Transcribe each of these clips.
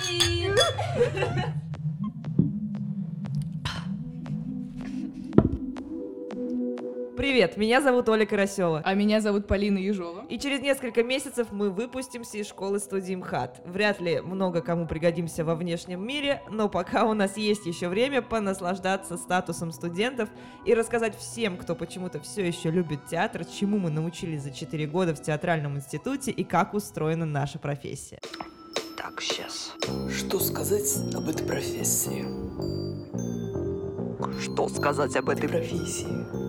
Полин! Привет, меня зовут Оля Карасева. А меня зовут Полина Ежова. И через несколько месяцев мы выпустимся из школы-студии МХАТ. Вряд ли много кому пригодимся во внешнем мире, но пока у нас есть еще время понаслаждаться статусом студентов и рассказать всем, кто почему-то все еще любит театр, чему мы научились за 4 года в театральном институте и как устроена наша профессия. Так, сейчас. Что сказать об этой профессии? Что сказать об этой профессии?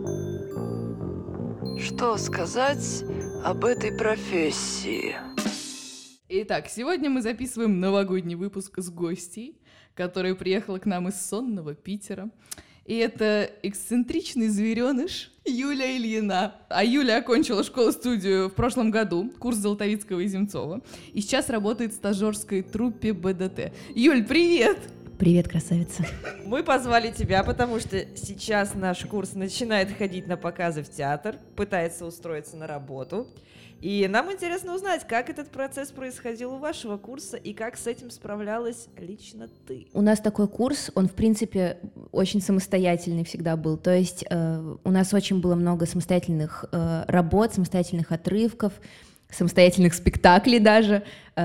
Что сказать об этой профессии? Итак, сегодня мы записываем новогодний выпуск с гостьей, которая приехала к нам из сонного Питера. И это эксцентричный звереныш Юля Ильина. А Юля окончила школу-студию в прошлом году, курс Золотовицкого и Земцова, и сейчас работает в стажерской труппе БДТ. Юль, привет! Привет, красавица. Мы позвали тебя, потому что сейчас наш курс начинает ходить на показы в театр, пытается устроиться на работу. И нам интересно узнать, как этот процесс происходил у вашего курса и как с этим справлялась лично ты. У нас такой курс, он, в принципе, очень самостоятельный всегда был. То есть у нас очень было много самостоятельных работ, самостоятельных отрывков, самостоятельных спектаклей даже,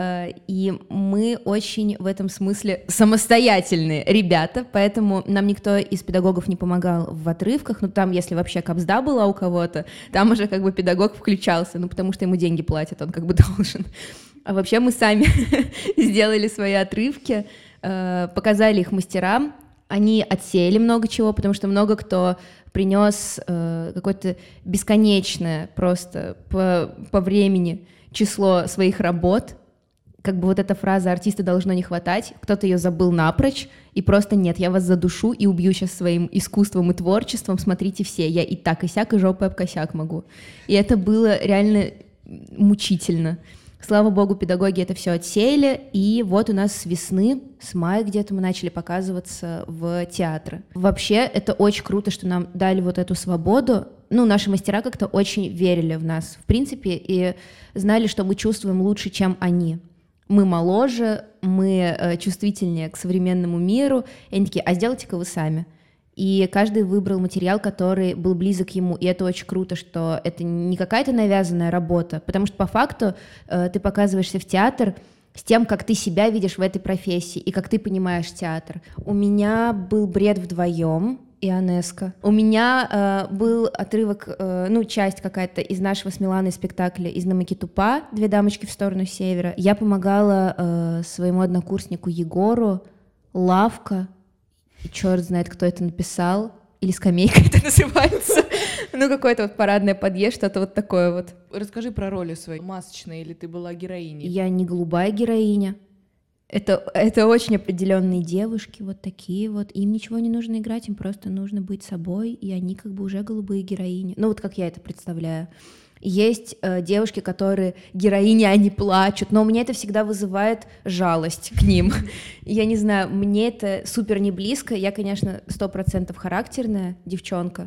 и мы очень в этом смысле самостоятельные ребята, поэтому нам никто из педагогов не помогал в отрывках, ну там, если вообще кабзда была у кого-то, там уже как бы педагог включался, ну потому что ему деньги платят, он как бы должен. А вообще мы сами сделали свои отрывки, показали их мастерам, они отсеяли много чего, потому что много кто принес какое-то бесконечное просто по времени число своих работ. Как бы вот эта фраза «артиста должно не хватать», кто-то ее забыл напрочь, и просто нет, я вас задушу и убью сейчас своим искусством и творчеством, смотрите все, я и так, и сяк, и жопой об косяк могу. И это было реально мучительно. Слава богу, педагоги это все отсеяли, и вот у нас с весны, с мая где-то мы начали показываться в театры. Вообще, это очень круто, что нам дали вот эту свободу. Ну, наши мастера как-то очень верили в нас, в принципе, и знали, что мы чувствуем лучше, чем они. Мы моложе, мы чувствительнее к современному миру, и они такие, а сделайте-ка вы сами. И каждый выбрал материал, который был близок ему, и это очень круто, что это не какая-то навязанная работа, потому что по факту ты показываешься в театр с тем, как ты себя видишь в этой профессии и как ты понимаешь театр. У меня был «Бред вдвоем», Ионеско. У меня был отрывок, часть какая-то из нашего с Миланой спектакля «Из Намакитупа», «Две дамочки в сторону севера». Я помогала своему однокурснику Егору, «Лавка», и черт знает, кто это написал, или «Скамейка» это называется. Ну, какое-то вот парадное подъезд, что-то вот такое вот. Расскажи про роли свои. Масочная или ты была героиней? Я не голубая героиня. Это очень определенные девушки, вот такие вот. Им ничего не нужно играть, им просто нужно быть собой, и они как бы уже голубые героини. Ну, вот как я это представляю. Есть девушки, которые героини, они плачут, но у меня это всегда вызывает жалость к ним. Я не знаю, мне это супер не близко. Я, конечно, 100% характерная девчонка.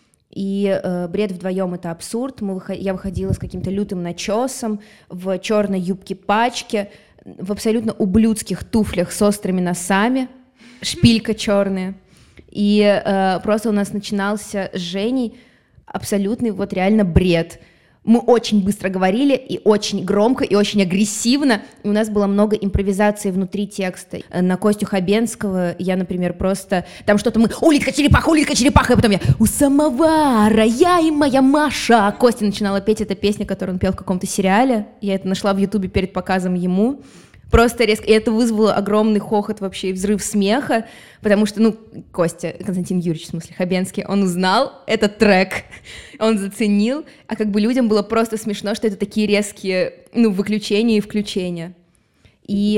И «Бред вдвоем» — это абсурд. Я выходила с каким-то лютым начесом, в черной юбке-пачке, в абсолютно ублюдских туфлях с острыми носами, шпилька черная. И просто у нас начинался с Женей абсолютный вот реально бред. Мы очень быстро говорили, и очень громко, и очень агрессивно. И у нас было много импровизации внутри текста. На Костю Хабенского я, например, просто... Там что-то мы улитка-черепаха, и потом я «У самовара, я и моя Маша». Костя начинала петь, эта песня, которую он пел в каком-то сериале. Я это нашла в Ютубе перед показом ему. Просто резко, и это вызвало огромный хохот вообще и взрыв смеха, потому что, Костя, Константин Юрьевич, в смысле, Хабенский, он узнал этот трек, он заценил, а как бы людям было просто смешно, что это такие резкие, выключения и включения. И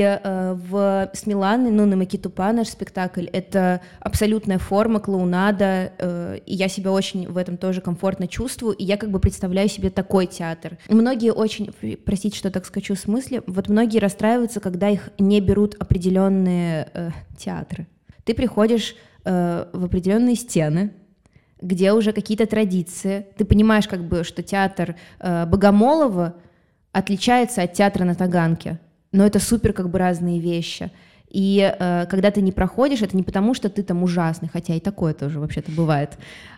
с Миланой, Намакитупа наш спектакль, это абсолютная форма, клоунада, и я себя очень в этом тоже комфортно чувствую, и я как бы представляю себе такой театр. Многие очень, простите, что так скачу с мысли, вот многие расстраиваются, когда их не берут определенные театры. Ты приходишь в определенные стены, где уже какие-то традиции, ты понимаешь как бы, что театр Богомолова отличается от театра на Таганке. но это супер как бы разные вещи. И когда ты не проходишь, это не потому, что ты там ужасный, хотя и такое тоже вообще-то бывает,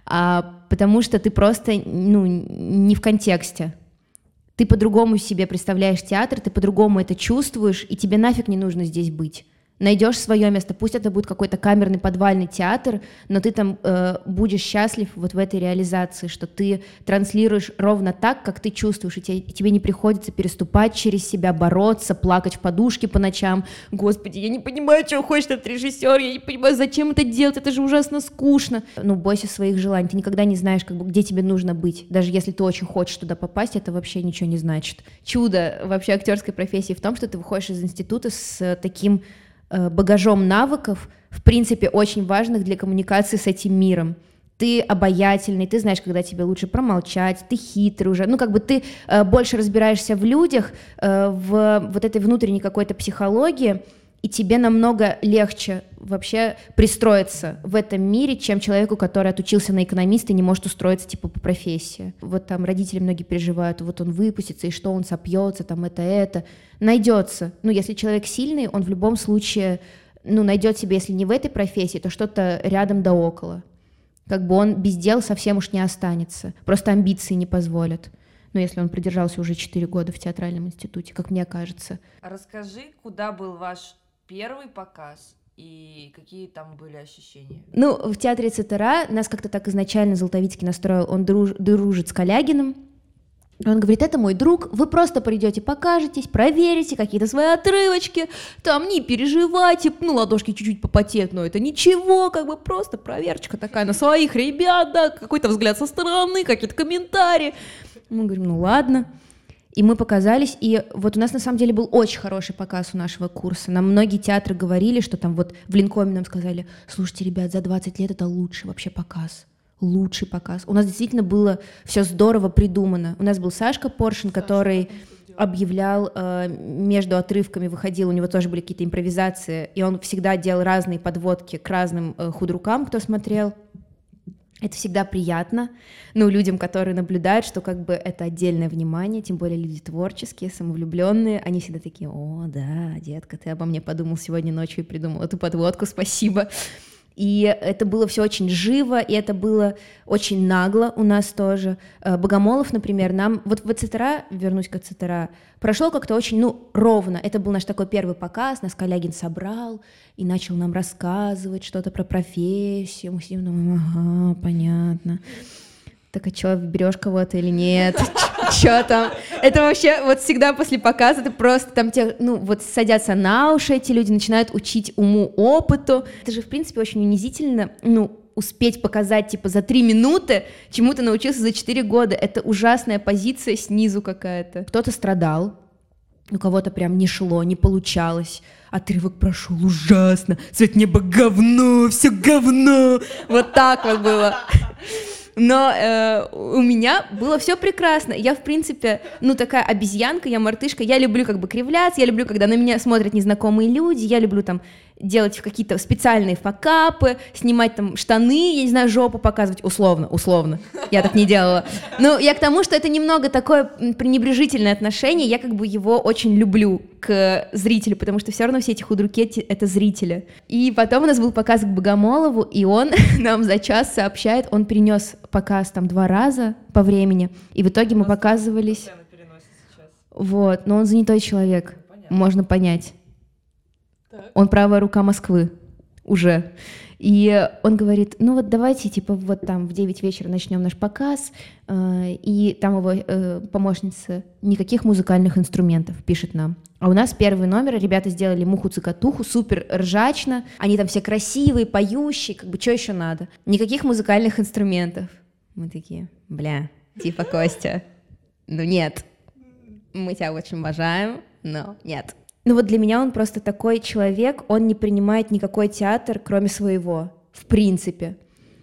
а потому что ты просто, не в контексте. Ты по-другому себе представляешь театр, ты по-другому это чувствуешь, и тебе нафиг не нужно здесь быть. Найдешь свое место, пусть это будет какой-то камерный подвальный театр, но ты там будешь счастлив вот в этой реализации, что ты транслируешь ровно так, как ты чувствуешь, и тебе не приходится переступать через себя, бороться, плакать в подушке по ночам. Господи, я не понимаю, чего хочет этот режиссер, я не понимаю, зачем это делать, это же ужасно скучно. Бойся своих желаний, ты никогда не знаешь, как бы, где тебе нужно быть. Даже если ты очень хочешь туда попасть, это вообще ничего не значит. Чудо вообще актерской профессии в том, что ты выходишь из института с таким багажом навыков, в принципе, очень важных для коммуникации с этим миром. Ты обаятельный, ты знаешь, когда тебе лучше промолчать, ты хитрый уже, ты больше разбираешься в людях, в вот этой внутренней какой-то психологии, и тебе намного легче вообще пристроиться в этом мире, чем человеку, который отучился на экономиста и не может устроиться типа по профессии. Вот там родители многие переживают, вот он выпустится, и что он сопьется, там это. Найдется. Если человек сильный, он в любом случае, найдет себе, если не в этой профессии, то что-то рядом да около. Как бы он без дел совсем уж не останется. Просто амбиции не позволят. Если он продержался уже 4 года в театральном институте, как мне кажется. Расскажи, куда был ваш первый показ и какие там были ощущения? В театре ЦТРА нас как-то так изначально Золотовицкий настроил, он дружит с Калягиным. Он говорит, это мой друг, вы просто придете, покажетесь, проверите какие-то свои отрывочки, там не переживайте, ладошки чуть-чуть попотеют, но это ничего, как бы просто проверочка такая на своих ребят, да, какой-то взгляд со стороны, какие-то комментарии. Мы говорим, ладно. И мы показались, и вот у нас на самом деле был очень хороший показ у нашего курса. Нам многие театры говорили, что там вот в Линкоме нам сказали, слушайте, ребят, за 20 лет это лучший вообще показ. Лучший показ. У нас действительно было все здорово придумано. У нас был Сашка Поршин, который объявлял, между отрывками выходил, у него тоже были какие-то импровизации, и он всегда делал разные подводки к разным худрукам, кто смотрел. Это всегда приятно, людям, которые наблюдают, что как бы это отдельное внимание, тем более люди творческие, самовлюбленные, они всегда такие, о, да, детка, ты обо мне подумал сегодня ночью и придумал эту подводку, спасибо. И это было все очень живо, и это было очень нагло у нас тоже. Богомолов, например, нам... Вот в ЦТРА, вернусь к ЦТРА, прошло как-то очень, ровно. Это был наш такой первый показ, нас Калягин собрал и начал нам рассказывать что-то про профессию. Мы сидим, думаем, ага, понятно. Так, а что, берешь кого-то или нет? Что там? Это вообще вот всегда после показа ты просто там садятся на уши эти люди, начинают учить уму, опыту. Это же, в принципе, очень унизительно, успеть показать, типа, за 3 минуты, чему ты научился за 4 года. Это ужасная позиция снизу какая-то. Кто-то страдал, у кого-то прям не шло, не получалось. Отрывок прошел ужасно. Цвет неба говно, все говно. Вот так вот было. Но у меня было все прекрасно. Я, в принципе, такая обезьянка, я мартышка. Я люблю как бы кривляться, я люблю, когда на меня смотрят незнакомые люди, я люблю там делать какие-то специальные факапы, снимать там штаны, я не знаю, жопу показывать, условно. Я так не делала. Но я к тому, что это немного такое пренебрежительное отношение, я как бы его очень люблю к зрителю, потому что все равно все эти худруки — это зрители. И потом у нас был показ к Богомолову, и он нам за час сообщает, он перенес показ там 2 раза по времени, и в итоге мы показывались... Вот, но он занятой человек, можно понять. Он правая рука Москвы уже. И он говорит, давайте, типа, вот там в 9 вечера начнем наш показ, и там его помощница, никаких музыкальных инструментов, пишет нам. А у нас первый номер, ребята сделали муху-цикатуху, супер ржачно, они там все красивые, поющие, как бы, что еще надо? Никаких музыкальных инструментов. Мы такие, типа, Костя, нет, мы тебя очень уважаем, но нет. Вот для меня он просто такой человек, он не принимает никакой театр, кроме своего, в принципе.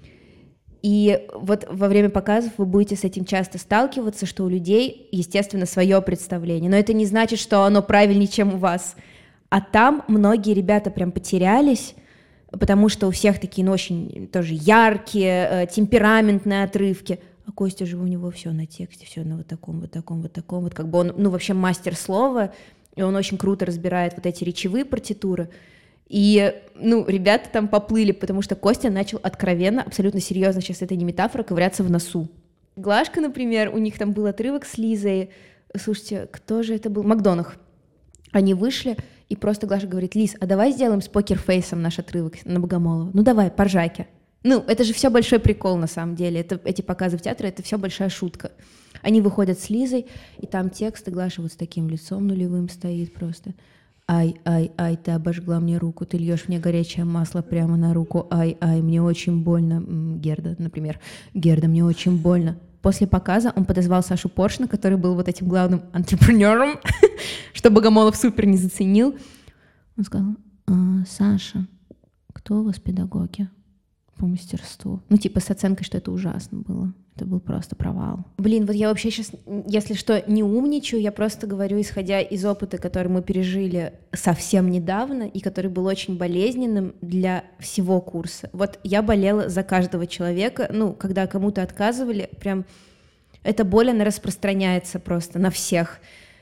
И вот во время показов вы будете с этим часто сталкиваться, что у людей, естественно, свое представление, но это не значит, что оно правильнее, чем у вас. А там многие ребята прям потерялись, потому что у всех такие, очень тоже яркие, темпераментные отрывки. А Костя же у него все на тексте, все на вот таком, как бы он, вообще мастер слова. и он очень круто разбирает вот эти речевые партитуры. И, ребята там поплыли, потому что Костя начал откровенно, абсолютно серьезно, сейчас это не метафора, ковыряться в носу. Глашка, например, у них там был отрывок с Лизой. Слушайте, кто же это был? Макдонах. Они вышли, и просто Глаша говорит: Лиз, а давай сделаем с покерфейсом наш отрывок на Богомолова. Давай, поржаки. Это же все большой прикол на самом деле. Эти показы в театре, это все большая шутка. Они выходят с Лизой, и там текст, и Глаша вот с таким лицом нулевым стоит просто. Ай, ты обожгла мне руку, ты льешь мне горячее масло прямо на руку. Ай, мне очень больно. Герда, например. Герда, мне очень больно. После показа он подозвал Сашу Поршна, который был вот этим главным антрепренером, что Богомолов супер не заценил. Он сказал: Саша, кто у вас педагоги по мастерству? С оценкой, что это ужасно было. Это был просто провал. Вот я вообще сейчас, если что, не умничаю, я просто говорю, исходя из опыта, который мы пережили совсем недавно, и который был очень болезненным для всего курса. Вот я болела за каждого человека, когда кому-то отказывали, прям эта боль, она распространяется просто на всех.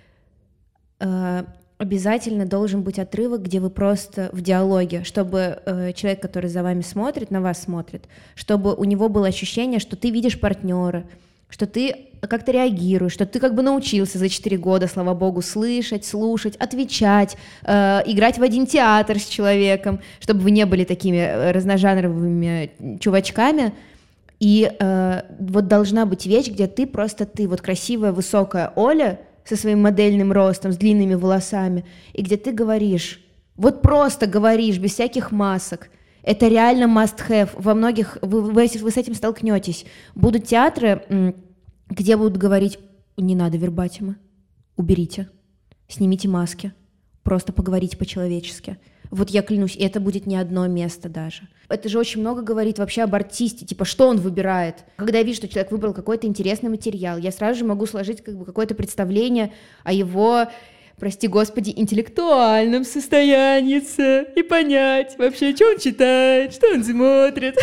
Обязательно должен быть отрывок, где вы просто в диалоге, чтобы человек, который за вами смотрит, на вас смотрит, чтобы у него было ощущение, что ты видишь партнера, что ты как-то реагируешь, что ты как бы научился за 4 года, слава богу, слышать, слушать, отвечать, играть в один театр с человеком, чтобы вы не были такими разножанровыми чувачками. И вот должна быть вещь, где ты просто ты, вот красивая, высокая Оля, со своим модельным ростом, с длинными волосами, и где ты говоришь, вот просто говоришь, без всяких масок. Это реально must-have. Во многих, вы с этим столкнетесь. Будут театры, где будут говорить: не надо вербатима, уберите, снимите маски, просто поговорите по-человечески. Вот я клянусь, и это будет не одно место даже. Это же очень много говорит вообще об артисте, что он выбирает. Когда я вижу, что человек выбрал какой-то интересный материал, я сразу же могу сложить какое-то представление о его, прости господи, интеллектуальном состоянии и понять вообще, что он читает, что он смотрит,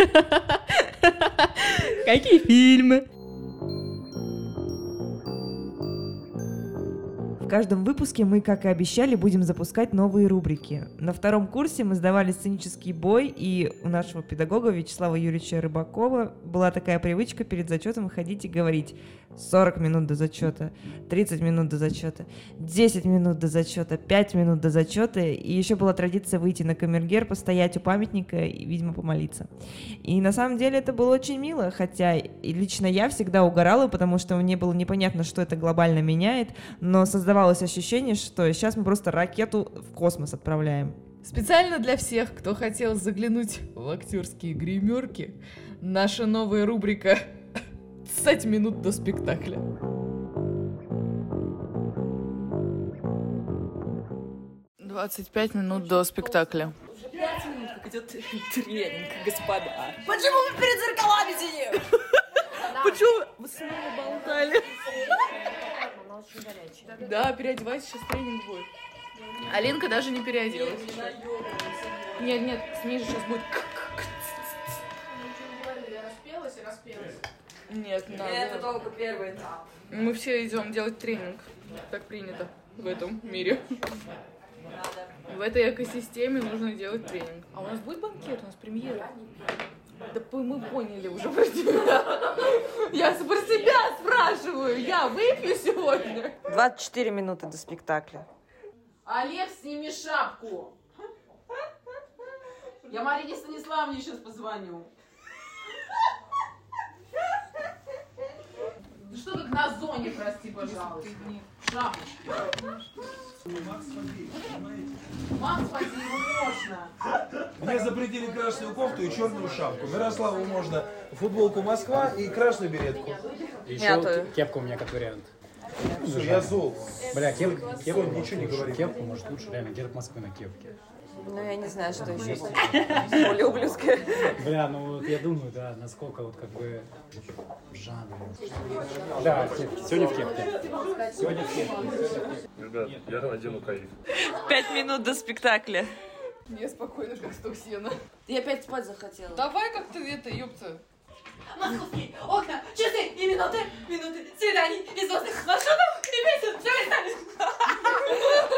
какие фильмы. В каждом выпуске мы, как и обещали, будем запускать новые рубрики. На 2 курсе мы сдавали сценический бой, и у нашего педагога Вячеслава Юрьевича Рыбакова была такая привычка перед зачетом выходить и говорить: 40 минут до зачета, 30 минут до зачета, 10 минут до зачета, 5 минут до зачета, и еще была традиция выйти на камергер, постоять у памятника и, видимо, помолиться. И на самом деле это было очень мило, хотя лично я всегда угорала, потому что мне было непонятно, что это глобально меняет, но создавалось ощущение, что сейчас мы просто ракету в космос отправляем. Специально для всех, кто хотел заглянуть в актерские гримерки, наша новая рубрика 30 минут до спектакля. «25 минут до спектакля». Уже 5 минут, как идет тренинг, господа. Почему мы перед зеркалами сидим? Почему вы снова болтали? Да, переодевайся, сейчас тренинг будет. Алинка даже не переоделась. Нет, с ней же сейчас будет. Распелась. Нет, надо. Это только первый этап. Мы все идем делать тренинг. Так принято в этом мире. В этой экосистеме нужно делать тренинг. А у нас будет банкет, у нас премьера. Да мы поняли уже про тебя. Я про себя спрашиваю. Я выпью сегодня. 24 минуты до спектакля. Олег, сними шапку. Я Марине Станиславовне сейчас позвоню. Да что как на зоне, прости, пожалуйста. Шапочка. Макс, поди, ему можно. Мне запретили красную кофту и черную шапку. Мирославу можно футболку Москва и красную беретку. Еще кепка у меня как вариант. Все, я зол. Бля, кепку ничего не говори. Кепку, может, лучше реально герб Москвы на кепке. Ну, я не знаю, что еще более ублюдское. Бля, ну вот я думаю, да, насколько вот как бы жанр. Да, сегодня в кепке. Сегодня в кепке. Ребят, я надену кайф. 5 минут до спектакля. Не спокойно, как сток сена. Я опять спать захотела. Давай как-то это, ёпта. Московские окна, часы и минуты свиданий и звездных маршрутов и песен. Все,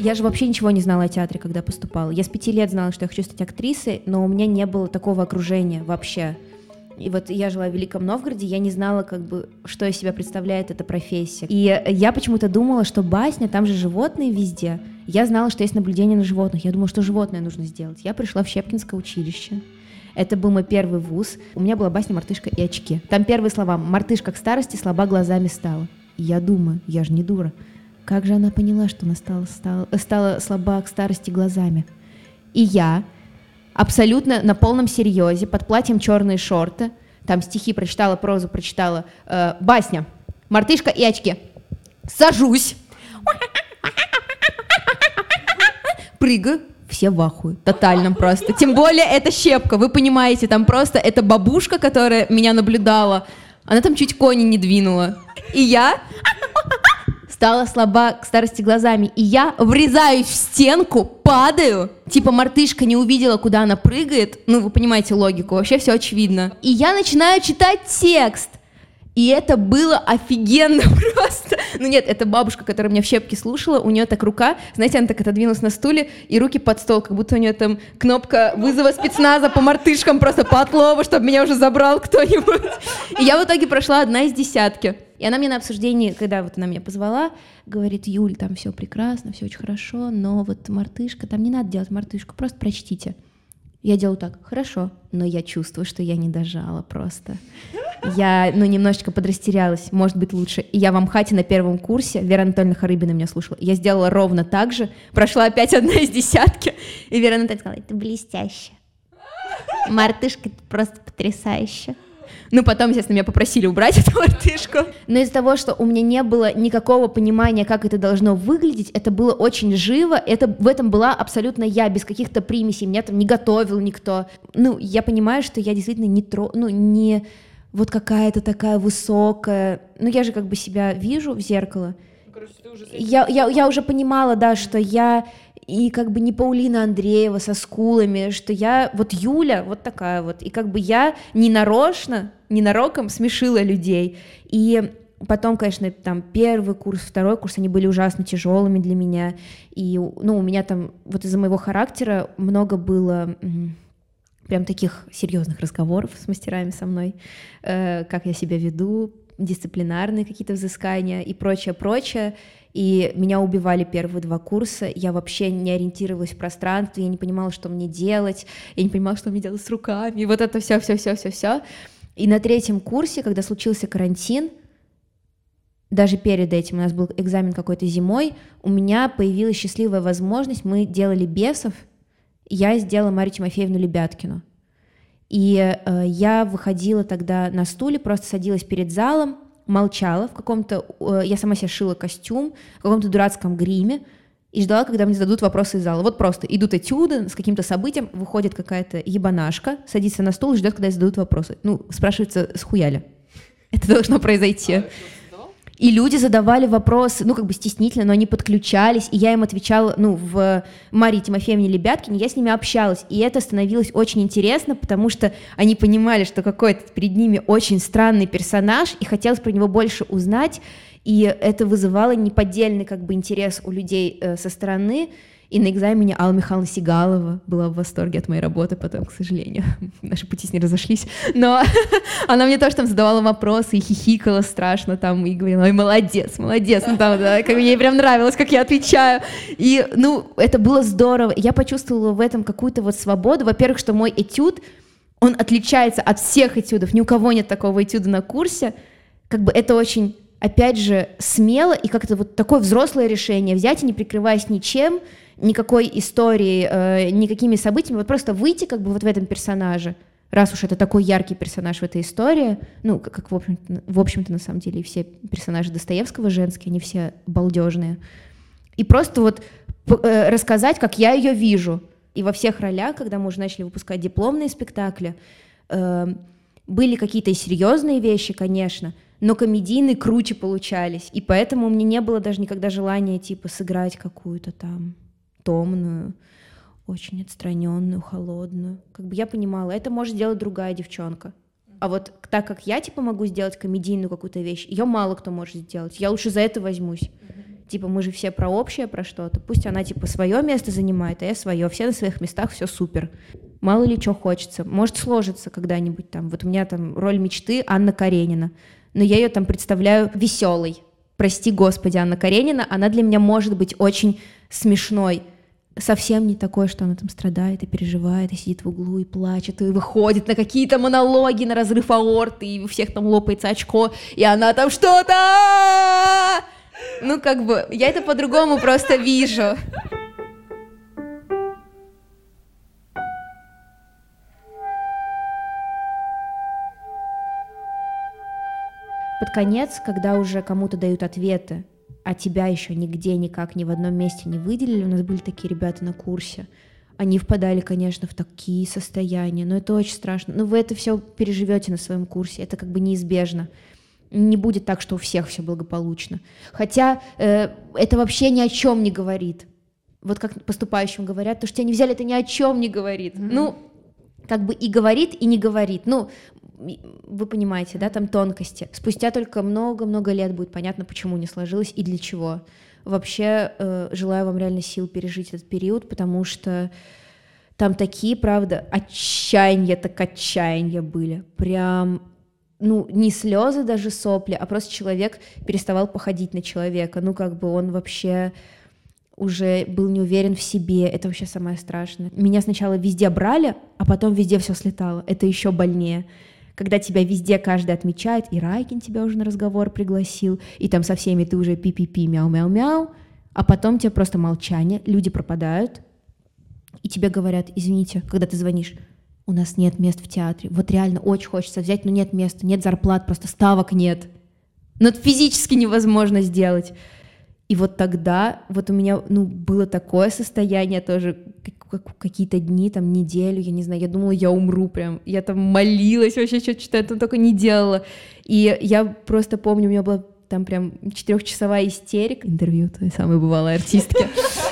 Я же вообще ничего не знала о театре, когда поступала. Я с 5 лет знала, что я хочу стать актрисой, но у меня не было такого окружения вообще. И вот я жила в Великом Новгороде, я не знала, как бы, что из себя представляет эта профессия. И я почему-то думала, что басня, там же животные везде. Я знала, что есть наблюдение на животных. Я думала, что животное нужно сделать. Я пришла в Щепкинское училище. Это был мой первый вуз. У меня была басня «Мартышка и очки». Там первые слова: «Мартышка к старости слаба глазами стала». И я думаю, я же не дура. Как же она поняла, что она стала слаба к старости глазами? И я абсолютно на полном серьезе, под платьем черные шорты, там стихи прочитала, прозу прочитала, басня «Мартышка и очки». Сажусь, прыгаю, все в ахуе, тотальном просто. Тем более это Щепка, вы понимаете, там просто эта бабушка, которая меня наблюдала, она там чуть кони не двинула. И я стала слаба к старости глазами, и я врезаюсь в стенку, падаю, типа мартышка не увидела, куда она прыгает, ну вы понимаете логику, вообще все очевидно. И я начинаю читать текст, и это было офигенно просто. Ну нет, это бабушка, которая меня в Щепке слушала, у нее так рука, знаете, она так отодвинулась на стуле, и руки под стол, как будто у нее там кнопка вызова спецназа по мартышкам, просто по отлову, чтобы меня уже забрал кто-нибудь. И я в итоге прошла 1 из 10. И она мне на обсуждении, когда вот она меня позвала, говорит: Юль, там все прекрасно, все очень хорошо, но вот мартышка, там не надо делать мартышку, просто прочтите. Я делаю так: хорошо, но я чувствую, что я не дожала просто. Я, немножечко подрастерялась, может быть, лучше. И я в Амхате на 1 курсе, Вера Анатольевна Харыбина меня слушала, я сделала ровно так же, прошла опять 1 из 10, и Вера Анатольевна сказала: это блестяще. Мартышка, это просто потрясающе. Потом, естественно, меня попросили убрать эту мартышку. Но из-за того, что у меня не было никакого понимания, как это должно выглядеть, это было очень живо, в этом была абсолютно я, без каких-то примесей, меня там не готовил никто. Я понимаю, что я действительно не вот какая-то такая высокая, я же как бы себя вижу в зеркало. Короче, ты уже... Я уже понимала, да, что я и как бы не Паулина Андреева со скулами, что я вот Юля вот такая вот, и как бы я ненароком смешила людей. И потом, конечно, там 1 курс, 2 курс, они были ужасно тяжелыми для меня, и, у меня там вот из-за моего характера много было прям таких серьезных разговоров с мастерами со мной, как я себя веду, дисциплинарные какие-то взыскания и прочее. И меня убивали первые 2 курса, я вообще не ориентировалась в пространстве, я не понимала, что мне делать, я не понимала, что мне делать с руками, и вот это все. И на 3 курсе, когда случился карантин, даже перед этим, у нас был экзамен какой-то зимой, у меня появилась счастливая возможность, мы делали бесов, я сделала Марию Тимофеевну Лебяткину. И я выходила тогда на стуле, просто садилась перед залом, молчала в каком-то... Я сама себе шила костюм в каком-то дурацком гриме и ждала, когда мне зададут вопросы из зала. Вот просто идут этюды с каким-то событием, выходит какая-то ебанашка, садится на стул и ждет, когда ей зададут вопросы. Спрашивается, схуяли? Это должно произойти. И люди задавали вопросы, как бы стеснительно, но они подключались, и я им отвечала, в Марии Тимофеевне Лебяткине, я с ними общалась, и это становилось очень интересно, потому что они понимали, что какой-то перед ними очень странный персонаж, и хотелось про него больше узнать, и это вызывало неподдельный как бы интерес у людей со стороны. И на экзамене Алла Михайловна Сигалова была в восторге от моей работы, потом, к сожалению, наши пути с ней разошлись, но она мне тоже там задавала вопросы и хихикала страшно там, и говорила: ой, молодец, как ей прям нравилось, как я отвечаю, и, это было здорово, я почувствовала в этом какую-то вот свободу, во-первых, что мой этюд, он отличается от всех этюдов, ни у кого нет такого этюда на курсе, как бы это очень, опять же, смело, и как-то вот такое взрослое решение, взять и не прикрываясь ничем, никакой историей, никакими событиями, вот просто выйти как бы вот в этом персонаже, раз уж это такой яркий персонаж в этой истории, как в общем-то на самом деле все персонажи Достоевского женские, они все балдежные, и просто вот рассказать, как я ее вижу. И во всех ролях, когда мы уже начали выпускать дипломные спектакли, были какие-то и серьезные вещи, конечно, но комедийные круче получались, и поэтому у меня не было даже никогда желания типа сыграть какую-то там томную, очень отстраненную, холодную. Как бы я понимала, это может сделать другая девчонка. А вот так как я типа могу сделать комедийную какую-то вещь, ее мало кто может сделать. Я лучше за это возьмусь. Типа, мы же все про общее, про что-то. Пусть она, типа, свое место занимает, а я свое. Все на своих местах, все супер. Мало ли что хочется. Может сложиться когда-нибудь там. Вот у меня там роль мечты Анна Каренина. Но я ее там представляю веселой. Прости господи, Анна Каренина. Она для меня может быть очень смешной. Совсем не такой, что она там страдает и переживает, и сидит в углу, и плачет, и выходит на какие-то монологи, на разрыв аорты, и у всех там лопается очко, и она там что-то... Ну, как бы, я это по-другому просто вижу. Под конец, когда уже кому-то дают ответы, а тебя еще нигде, никак, ни в одном месте не выделили, у нас были такие ребята на курсе, они впадали, конечно, в такие состояния, но это очень страшно. Но вы это все переживете на своем курсе, это как бы неизбежно. Не будет так, что у всех все благополучно. Хотя это вообще ни о чем не говорит. Вот как поступающим говорят, то, что тебя не взяли, это ни о чем не говорит. Ну, как бы и говорит, и не говорит. Ну, вы понимаете, да, там тонкости. Спустя только много-много лет будет понятно, почему не сложилось и для чего. Вообще, желаю вам реально сил пережить этот период, потому что там такие, правда, отчаяния, так отчаяния были. Прям... Ну, не слезы даже, сопли, а просто человек переставал походить на человека. Ну, как бы он вообще уже был не уверен в себе. Это вообще самое страшное. Меня сначала везде брали, а потом везде все слетало. Это еще больнее. Когда тебя везде каждый отмечает, и Райкин тебя уже на разговор пригласил, и там со всеми ты уже пи-пи-пи, мяу-мяу-мяу, а потом тебе просто молчание, люди пропадают, и тебе говорят: извините, когда ты звонишь, у нас нет мест в театре. Вот реально очень хочется взять, но нет места, нет зарплат, просто ставок нет. Но это физически невозможно сделать. И вот тогда вот у меня, ну, было такое состояние тоже, какие-то дни, там, неделю, я не знаю, я думала, я умру прям. Я там молилась вообще, что-то я там только не делала. И я просто помню, у меня была там прям 4-часовая истерика. Интервью той самой бывалой артистки.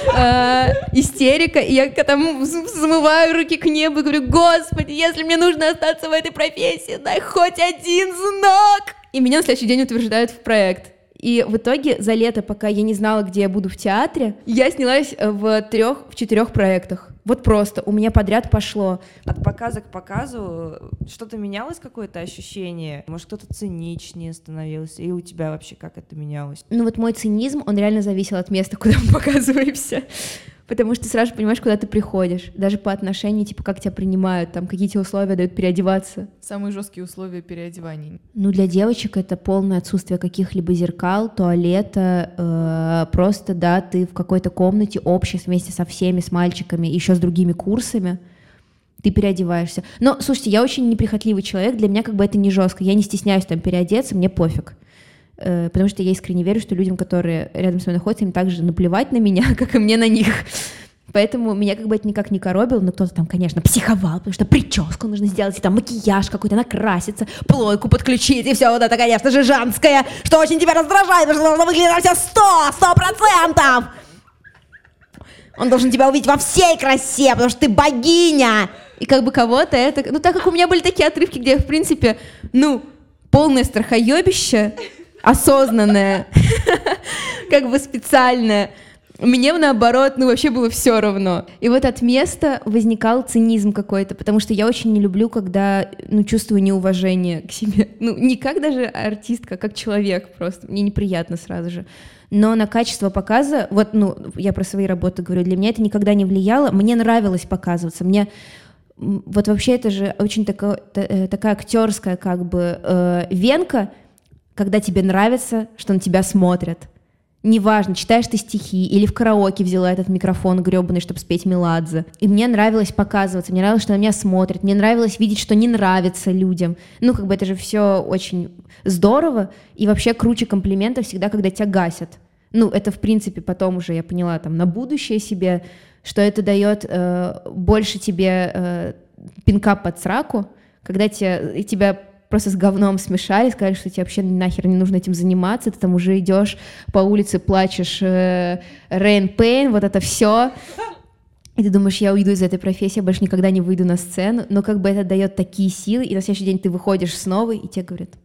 Истерика, и я там замываю руки к небу и говорю: Господи, если мне нужно остаться в этой профессии, дай хоть один знак. И меня на следующий день утверждают в проект. И в итоге за лето, пока я не знала, где я буду в театре, я снялась в 3-4 проектах. Вот просто у меня подряд пошло. От показа к показу что-то менялось, какое-то ощущение? Может, кто-то циничнее становился? И у тебя вообще как это менялось? Ну вот мой цинизм, он реально зависел от места, куда мы показываемся. Потому что ты сразу понимаешь, куда ты приходишь. Даже по отношению, типа, как тебя принимают, там, какие тебе условия дают переодеваться. Самые жесткие условия переодевания. Ну, для девочек это полное отсутствие каких-либо зеркал, туалета, просто, да, ты в какой-то комнате общей вместе со всеми, с мальчиками, еще с другими курсами, ты переодеваешься. Но, слушайте, я очень неприхотливый человек, для меня как бы это не жестко, я не стесняюсь там переодеться, мне пофиг. Потому что я искренне верю, что людям, которые рядом со мной находятся, им так же наплевать на меня, как и мне на них. Поэтому меня как бы это никак не коробило, но кто-то там, конечно, психовал, потому что прическу нужно сделать, и там макияж какой-то, накраситься, плойку подключить, и все вот это, конечно же, женское, что очень тебя раздражает, потому что должно выглядеть на все 100%! Он должен тебя увидеть во всей красе, потому что ты богиня! И как бы кого-то это... Ну, так как у меня были такие отрывки, где я, в принципе, ну, полное страхоебище, осознанное, как бы специальное. Мне, наоборот, ну, вообще было все равно. И вот от места возникал цинизм какой-то, потому что я очень не люблю, когда, ну, чувствую неуважение к себе. Ну, не как даже артистка, а как человек просто. Мне неприятно сразу же. Но на качество показа, вот, ну, я про свои работы говорю, для меня это никогда не влияло. Мне нравилось показываться. Мне... Вот вообще это же очень такая актерская как бы венка, когда тебе нравится, что на тебя смотрят. Неважно, читаешь ты стихи или в караоке взяла этот микрофон гребаный, чтобы спеть Меладзе. И мне нравилось показываться, мне нравилось, что на меня смотрят, мне нравилось видеть, что не нравится людям. Ну, как бы это же все очень здорово, и вообще круче комплиментов всегда, когда тебя гасят. Ну, это, в принципе, потом уже я поняла там на будущее себе, что это дает больше тебе пинка под сраку, когда тебя просто с говном смешали, сказали, что тебе вообще нахер не нужно этим заниматься, ты там уже идешь по улице, плачешь Rain Pain, вот это все. И ты думаешь, я уйду из этой профессии, я больше никогда не выйду на сцену, но как бы это дает такие силы, и на следующий день ты выходишь снова, и тебе говорят: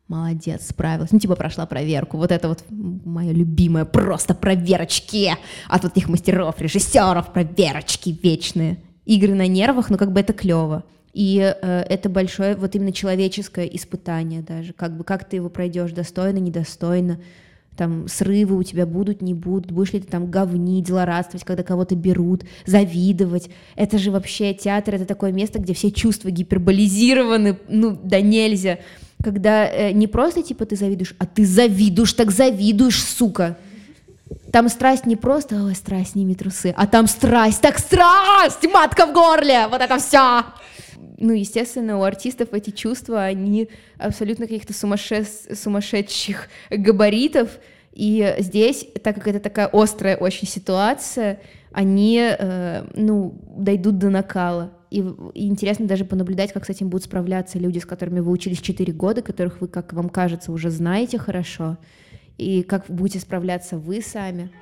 молодец, справилась, ну, типа, прошла проверку, вот это вот мое любимое, просто проверочки от вот этих мастеров, режиссеров, проверочки вечные, игры на нервах, но как бы это клево. И это большое вот именно человеческое испытание даже, как бы как ты его пройдешь, достойно, недостойно, там срывы у тебя будут, не будут, будешь ли ты там говнить, злорадствовать, когда кого-то берут, завидовать. Это же вообще театр, это такое место, где все чувства гиперболизированы, ну, да нельзя. Когда не просто типа ты завидуешь, а ты завидуешь, так завидуешь, сука. Там страсть не просто, ой, страсть, сними трусы, а там страсть, так страсть, матка в горле, вот это все. Ну, естественно, у артистов эти чувства, они абсолютно каких-то сумасшедших габаритов, и здесь, так как это такая острая очень ситуация, они, ну, дойдут до накала. И интересно даже понаблюдать, как с этим будут справляться люди, с которыми вы учились 4 года, которых вы, как вам кажется, уже знаете хорошо, и как будете справляться вы сами.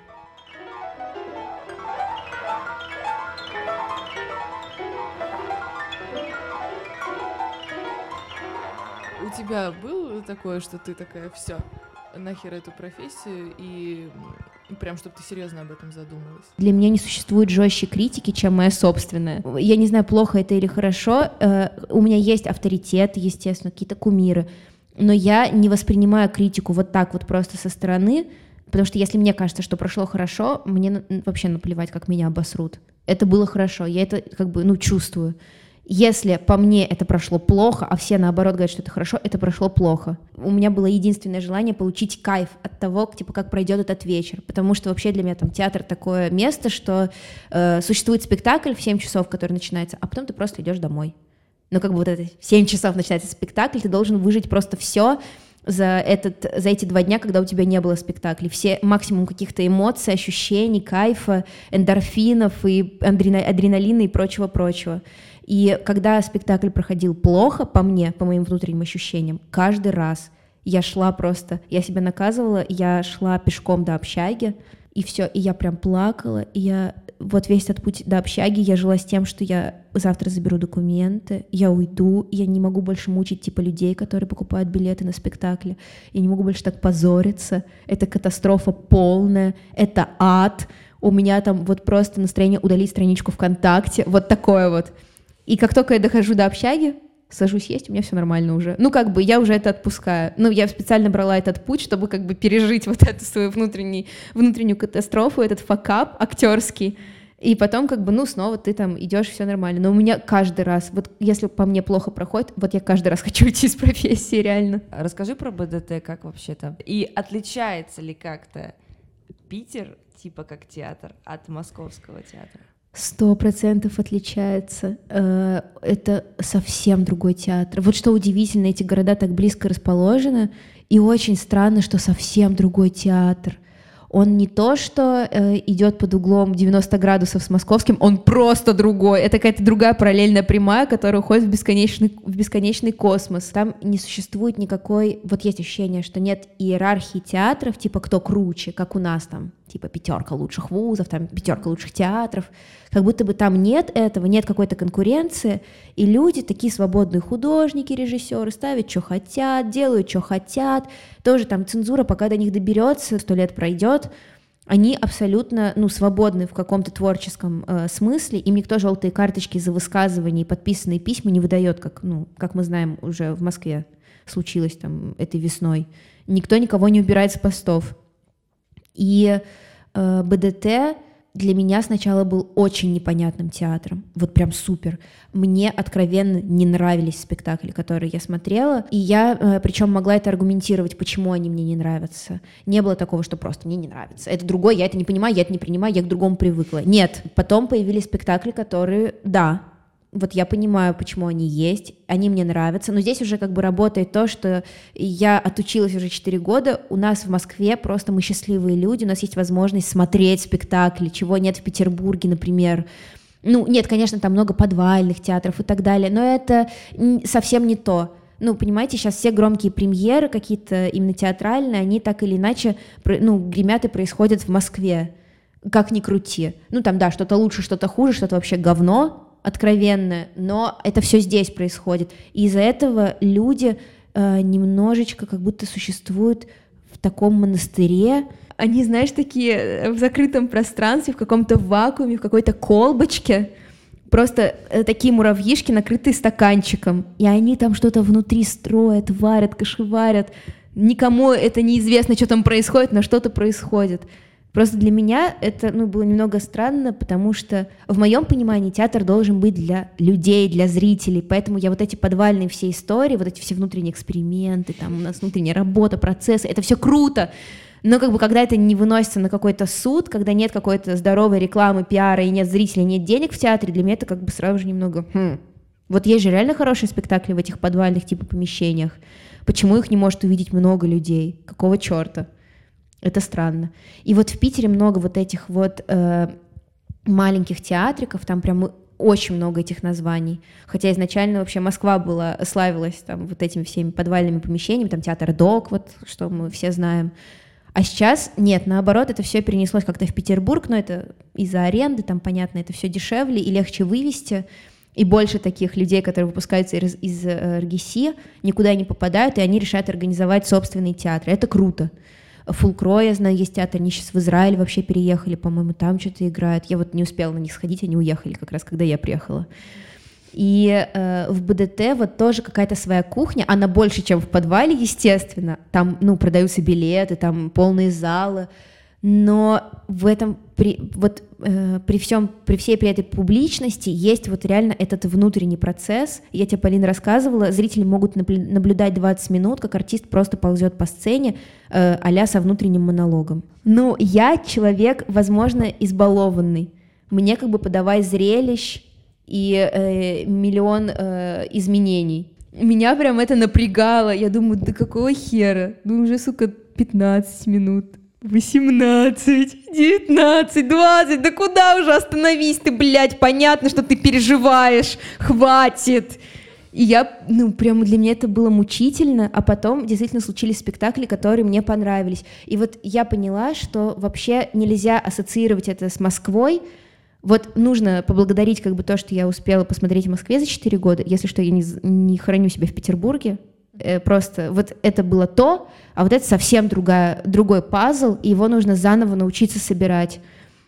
У тебя было такое, что ты такая, все, нахер эту профессию, и прям, чтобы ты серьезно об этом задумалась? Для меня не существует жестче критики, чем моя собственная. Я не знаю, плохо это или хорошо. У меня есть авторитет, естественно, какие-то кумиры, но я не воспринимаю критику вот так вот просто со стороны, потому что если мне кажется, что прошло хорошо, мне вообще наплевать, как меня обосрут. Это было хорошо, я это как бы, ну, чувствую. Если по мне это прошло плохо, а все наоборот говорят, что это хорошо, это прошло плохо. У меня было единственное желание получить кайф от того, типа, как пройдет этот вечер, потому что вообще для меня там театр такое место, что существует спектакль в 7 часов, который начинается, а потом ты просто идешь домой. Ну как бы вот это 7 часов начинается спектакль, ты должен выжить просто все за эти 2 дня, когда у тебя не было спектаклей. Все максимум каких-то эмоций, ощущений, кайфа, эндорфинов и адреналина и прочего-прочего. И когда спектакль проходил плохо, по мне, по моим внутренним ощущениям, каждый раз я шла просто, я себя наказывала, я шла пешком до общаги, и все, и я прям плакала, и я вот весь этот путь до общаги я жила с тем, что я завтра заберу документы, я уйду, я не могу больше мучить типа людей, которые покупают билеты на спектакли, я не могу больше так позориться, это катастрофа полная, это ад, у меня там вот просто настроение удалить страничку ВКонтакте, вот такое вот. И как только я дохожу до общаги, сажусь есть, у меня все нормально уже. Ну, как бы я уже это отпускаю. Ну, я специально брала этот путь, чтобы как бы пережить вот эту свою внутреннюю катастрофу, этот факап актерский. И потом как бы, ну, снова ты там идешь, все нормально. Но у меня каждый раз, вот если по мне плохо проходит, вот я каждый раз хочу уйти из профессии, реально. Расскажи про БДТ, как вообще там? И отличается ли как-то Питер, типа как театр, от московского театра? 100% отличается. Это совсем другой театр. Вот что удивительно, эти города так близко расположены, и очень странно, что совсем другой театр. Он не то, что идет под углом 90 градусов с московским, он просто другой. Это какая-то другая параллельная прямая, которая уходит в бесконечный космос. Там не существует никакой... Вот есть ощущение, что нет иерархии театров, типа кто круче, как у нас там, типа 5 лучших вузов, там 5 лучших театров. Как будто бы там нет этого, нет какой-то конкуренции, и люди, такие свободные художники, режиссеры, ставят, что хотят, делают, что хотят. Тоже там цензура, пока до них доберется, 100 лет пройдет, они абсолютно, ну, свободны в каком-то творческом смысле, им никто желтые карточки за высказывания и подписанные письма не выдает, как, ну, как мы знаем, уже в Москве случилось там этой весной. Никто никого не убирает с постов. И БДТ для меня сначала был очень непонятным театром, вот прям супер. Мне откровенно не нравились спектакли, которые я смотрела, и я причем могла это аргументировать, почему они мне не нравятся. Не было такого, что просто мне не нравится. Это другое, я это не понимаю, я это не принимаю, я к другому привыкла. Нет, потом появились спектакли, которые, да, вот я понимаю, почему они есть, они мне нравятся, но здесь уже как бы работает то, что я отучилась уже 4 года, у нас в Москве просто мы счастливые люди, у нас есть возможность смотреть спектакли, чего нет в Петербурге, например. Ну, нет, конечно, там много подвальных театров и так далее, но это совсем не то. Ну, понимаете, сейчас все громкие премьеры какие-то именно театральные, они так или иначе, ну, гремят и происходят в Москве, как ни крути. Ну, там, да, что-то лучше, что-то хуже, что-то вообще говно, откровенное, но это все здесь происходит. И из-за этого люди немножечко как будто существуют в таком монастыре. Они, знаешь, такие в закрытом пространстве, в каком-то вакууме, в какой-то колбочке. Просто такие муравьишки, накрытые стаканчиком. И они там что-то внутри строят, варят, кашеварят. Никому это неизвестно, что там происходит, но что-то происходит. Просто для меня это было немного странно, потому что в моем понимании театр должен быть для людей, для зрителей. Поэтому я вот эти подвальные все истории, вот эти все внутренние эксперименты, там у нас внутренняя работа, процессы, это все круто. Но как бы когда это не выносится на какой-то суд, когда нет какой-то здоровой рекламы, пиара, и нет зрителей, нет денег в театре, для меня это как бы сразу же немного... Вот есть же реально хорошие спектакли в этих подвальных типа помещениях. Почему их не может увидеть много людей? Какого черта? Это странно. И вот в Питере много вот этих вот маленьких театриков, там прям очень много этих названий. Хотя изначально вообще Москва славилась там вот этими всеми подвальными помещениями, там театр ДОК, вот что мы все знаем. А сейчас нет, наоборот, это все перенеслось как-то в Петербург, но это из-за аренды, там, понятно, это все дешевле и легче вывести, и больше таких людей, которые выпускаются из РГСИ, никуда не попадают, и они решают организовать собственные театры. Это круто. Фулкро, я знаю, есть театр, они сейчас в Израиль вообще переехали, по-моему, там что-то играют. Я вот не успела на них сходить, они уехали как раз, когда я приехала. И в БДТ вот тоже какая-то своя кухня, она больше, чем в подвале, естественно. Там, продаются билеты, там полные залы, но в этом, при всей при этой публичности есть вот реально этот внутренний процесс. Я тебе, Полина, рассказывала, зрители могут наблюдать 20 минут, как артист просто ползет по сцене, а-ля со внутренним монологом. Я человек, возможно, избалованный. Мне как бы подавай зрелищ и миллион изменений. Меня прям это напрягало. Я думаю, да какого хера? Уже, 15 минут. 18, 19, 20, да куда уже, остановись ты, блядь, понятно, что ты переживаешь, хватит. И прямо для меня это было мучительно, а потом действительно случились спектакли, которые мне понравились. И вот я поняла, что вообще нельзя ассоциировать это с Москвой. Вот нужно поблагодарить как бы то, что я успела посмотреть в Москве за 4 года. Если что, я не храню себя в Петербурге. Просто вот это было то, а вот это совсем другой пазл, и его нужно заново научиться собирать.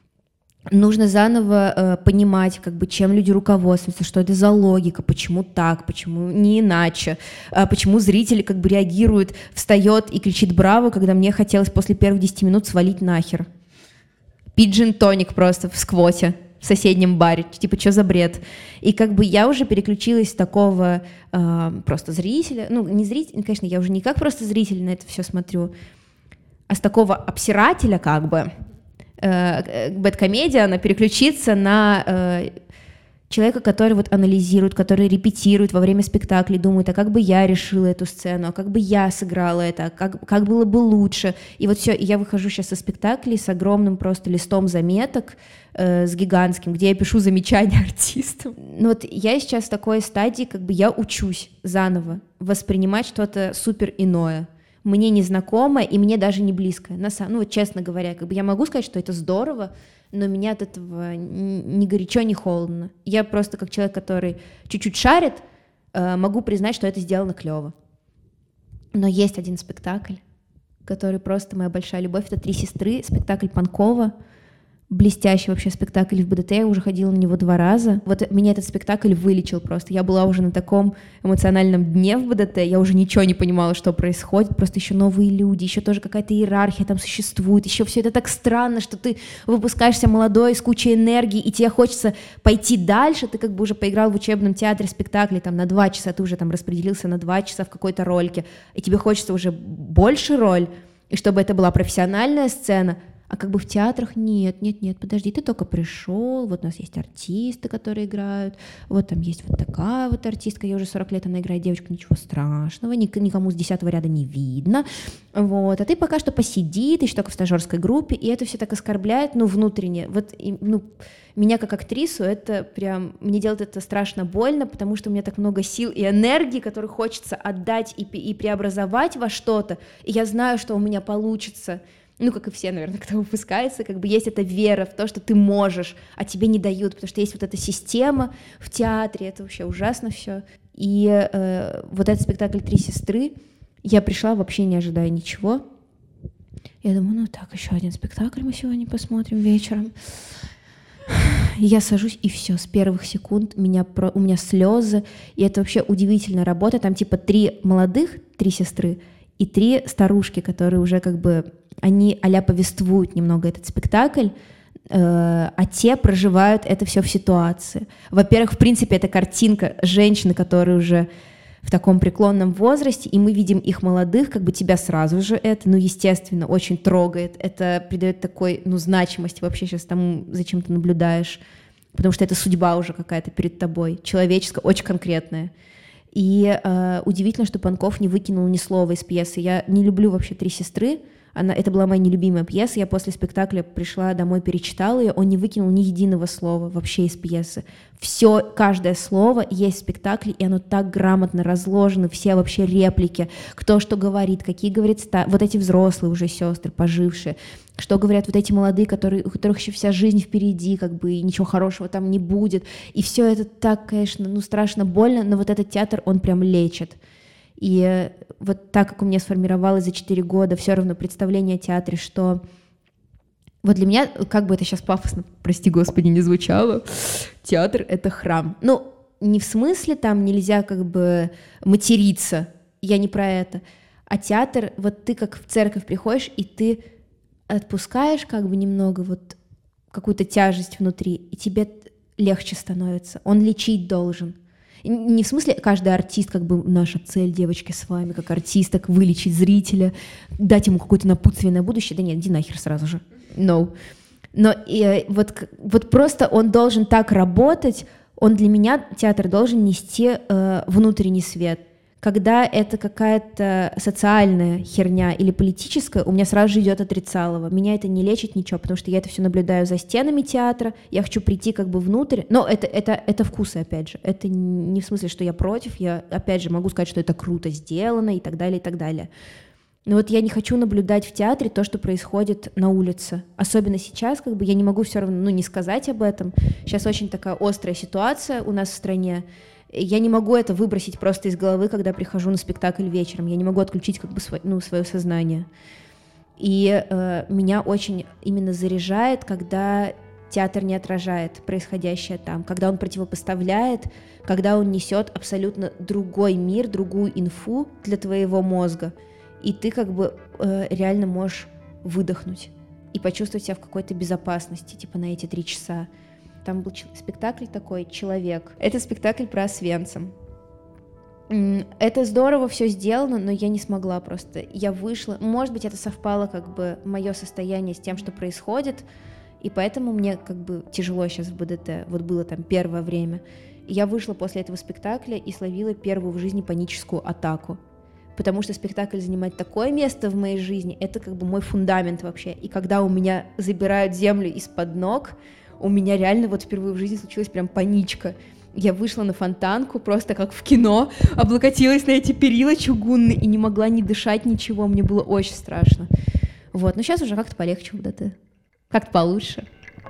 Нужно заново понимать, как бы, чем люди руководствуются, что это за логика, почему так, почему не иначе, почему зрители как бы реагируют, встает и кричит «браво», когда мне хотелось после первых 10 минут свалить нахер. Пить джин-тоник просто в сквоте в соседнем баре, типа, что за бред? И как бы я уже переключилась с такого просто зрителя, не зрителя, конечно, я уже не как просто зритель на это все смотрю, а с такого обсирателя как бы, бэдкомедиана переключиться на человека, который вот анализирует, который репетирует во время спектаклей, думает, а как бы я решила эту сцену, а как бы я сыграла это, как было бы лучше. И вот все, и я выхожу сейчас со спектаклей с огромным просто листом заметок, с гигантским, где я пишу замечания артистам. Вот я сейчас в такой стадии, как бы я учусь заново воспринимать что-то супер иное. Мне незнакомое и мне даже не близкое. Вот честно говоря, как бы я могу сказать, что это здорово, но меня от этого ни горячо, ни холодно. Я просто как человек, который чуть-чуть шарит, могу признать, что это сделано клево. Но есть один спектакль, который просто моя большая любовь. Это «Три сестры», спектакль Панкова. Блестящий вообще спектакль в БДТ, я уже ходила на него 2 раза. Вот меня этот спектакль вылечил просто. Я была уже на таком эмоциональном дне в БДТ, я уже ничего не понимала, что происходит, просто еще новые люди, еще тоже какая-то иерархия там существует, еще все это так странно, что ты выпускаешься молодой, с кучей энергии, и тебе хочется пойти дальше, ты как бы уже поиграл в учебном театре спектакли там на 2 часа, ты уже там распределился на 2 часа в какой-то рольке, и тебе хочется уже больше роль, и чтобы это была профессиональная сцена. А как бы в театрах нет, подожди, ты только пришел, вот у нас есть артисты, которые играют, вот там есть вот такая вот артистка, ей уже 40 лет, она играет девочку, ничего страшного, никому с 10-го ряда не видно, вот, а ты пока что посиди, ты еще только в стажерской группе, и это все так оскорбляет, внутренне, вот, меня как актрису это прям, мне делает это страшно больно, потому что у меня так много сил и энергии, которые хочется отдать и преобразовать во что-то, и я знаю, что у меня получится. Как и все, наверное, кто выпускается, как бы есть эта вера в то, что ты можешь, а тебе не дают, потому что есть вот эта система в театре, это вообще ужасно все. И вот этот спектакль «Три сестры», я пришла вообще не ожидая ничего. Я думаю, ну так, еще один спектакль мы сегодня посмотрим вечером. Я сажусь, и все, с первых секунд у меня слезы, и это вообще удивительная работа. Там типа 3 молодых, 3 сестры, и 3 старушки, которые уже как бы, они а-ля повествуют немного этот спектакль, а те проживают это все в ситуации. Во-первых, в принципе, это картинка женщины, которые уже в таком преклонном возрасте, и мы видим их молодых, как бы тебя сразу же это, ну, естественно, очень трогает, это придает такой, ну, значимость вообще сейчас тому, зачем ты наблюдаешь, потому что это судьба уже какая-то перед тобой, человеческая, очень конкретная. И удивительно, что Панков не выкинул ни слова из пьесы. Я не люблю вообще «Три сестры», это была моя нелюбимая пьеса, я после спектакля пришла домой, перечитала ее, он не выкинул ни единого слова вообще из пьесы. Все, каждое слово есть в спектакле, и оно так грамотно разложено, все вообще реплики, кто что говорит, какие говорит вот эти взрослые уже сестры, пожившие, что говорят вот эти молодые, у которых еще вся жизнь впереди, как бы, и ничего хорошего там не будет. И все это так, конечно, ну, страшно больно, но вот этот театр, он прям лечит. И вот так как у меня сформировалось за 4 года все равно представление о театре, что вот для меня, как бы это сейчас пафосно, прости господи, не звучало, театр — это храм. Ну, не в смысле там нельзя как бы материться, я не про это, а театр, вот ты как в церковь приходишь, и ты отпускаешь как бы немного вот какую-то тяжесть внутри, и тебе легче становится, он лечить должен. Не в смысле каждый артист, как бы наша цель, девочки, с вами, как артисток, вылечить зрителя, дать ему какое-то напутственное будущее. Да нет, иди нахер сразу же. No. Но вот просто он должен так работать, он для меня, театр, должен нести внутренний свет. Когда это какая-то социальная херня или политическая, у меня сразу же идет отрицалово. Меня это не лечит ничего, потому что я это все наблюдаю за стенами театра, я хочу прийти как бы внутрь, но это вкусы, опять же. Это не в смысле, что я против, я, опять же, могу сказать, что это круто сделано и так далее, и так далее. Но вот я не хочу наблюдать в театре то, что происходит на улице. Особенно сейчас, как бы я не могу все равно, не сказать об этом. Сейчас очень такая острая ситуация у нас в стране. Я не могу это выбросить просто из головы, когда прихожу на спектакль вечером. Я не могу отключить как бы свое сознание. И меня очень именно заряжает, когда театр не отражает происходящее там, когда он противопоставляет, когда он несет абсолютно другой мир, другую инфу для твоего мозга, и ты как бы реально можешь выдохнуть и почувствовать себя в какой-то безопасности, типа на эти 3 часа. Там был спектакль такой «Человек». Это спектакль про Освенцим. Это здорово все сделано, но я не смогла просто. Я вышла, может быть, это совпало как бы мое состояние с тем, что происходит, и поэтому мне как бы тяжело сейчас в БДТ. Вот было там первое время. И я вышла после этого спектакля и словила первую в жизни паническую атаку. Потому что спектакль занимает такое место в моей жизни, это как бы мой фундамент вообще. И когда у меня забирают землю из-под ног, у меня реально вот впервые в жизни случилась прям паничка. Я вышла на Фонтанку, просто как в кино, облокотилась на эти перила чугунные и не могла ни дышать, ничего. Мне было очень страшно. Вот, но сейчас уже как-то полегче в ДТ. Как-то получше.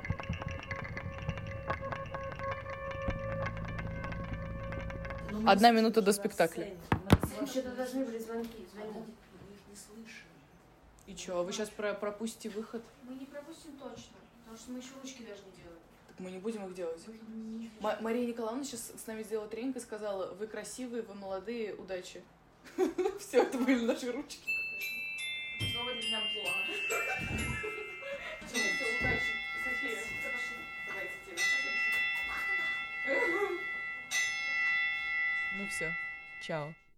Одна минута до спектакля. Вообще-то должны были звонки. И что, а вы сейчас пропустите выход? Мы не пропустим точно, потому что мы еще ручки даже не делаем. Так мы не будем их делать. Мария Николаевна сейчас с нами сделала тренинг и сказала: вы красивые, вы молодые, удачи. Все, это были наши ручки. Снова для меня плохо. Все, удачи. София, давайте тебе. Ну все, чао.